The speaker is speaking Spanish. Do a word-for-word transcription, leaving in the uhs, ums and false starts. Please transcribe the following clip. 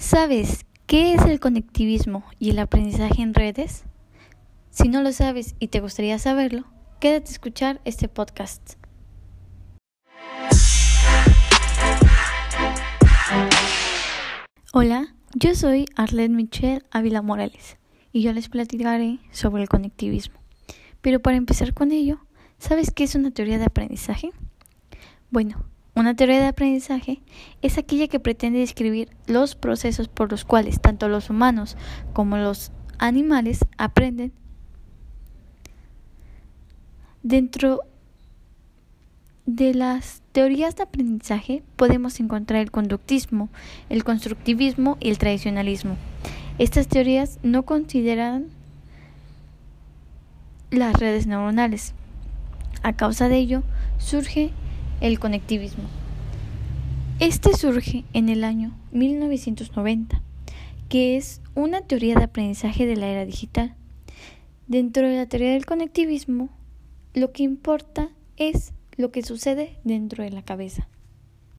¿Sabes qué es el conectivismo y el aprendizaje en redes? Si no lo sabes y te gustaría saberlo, quédate a escuchar este podcast. Hola, yo soy Arlette Michelle Ávila Morales y yo les platicaré sobre el conectivismo. Pero para empezar con ello, ¿sabes qué es una teoría de aprendizaje? Bueno, una teoría de aprendizaje es aquella que pretende describir los procesos por los cuales tanto los humanos como los animales aprenden. Dentro de las teorías de aprendizaje podemos encontrar el conductismo, el constructivismo y el tradicionalismo. Estas teorías no consideran las redes neuronales. A causa de ello, surge el conectivismo. Este surge en el año mil novecientos noventa, que es una teoría de aprendizaje de la era digital. Dentro de la teoría del conectivismo, lo que importa es lo que sucede dentro de la cabeza.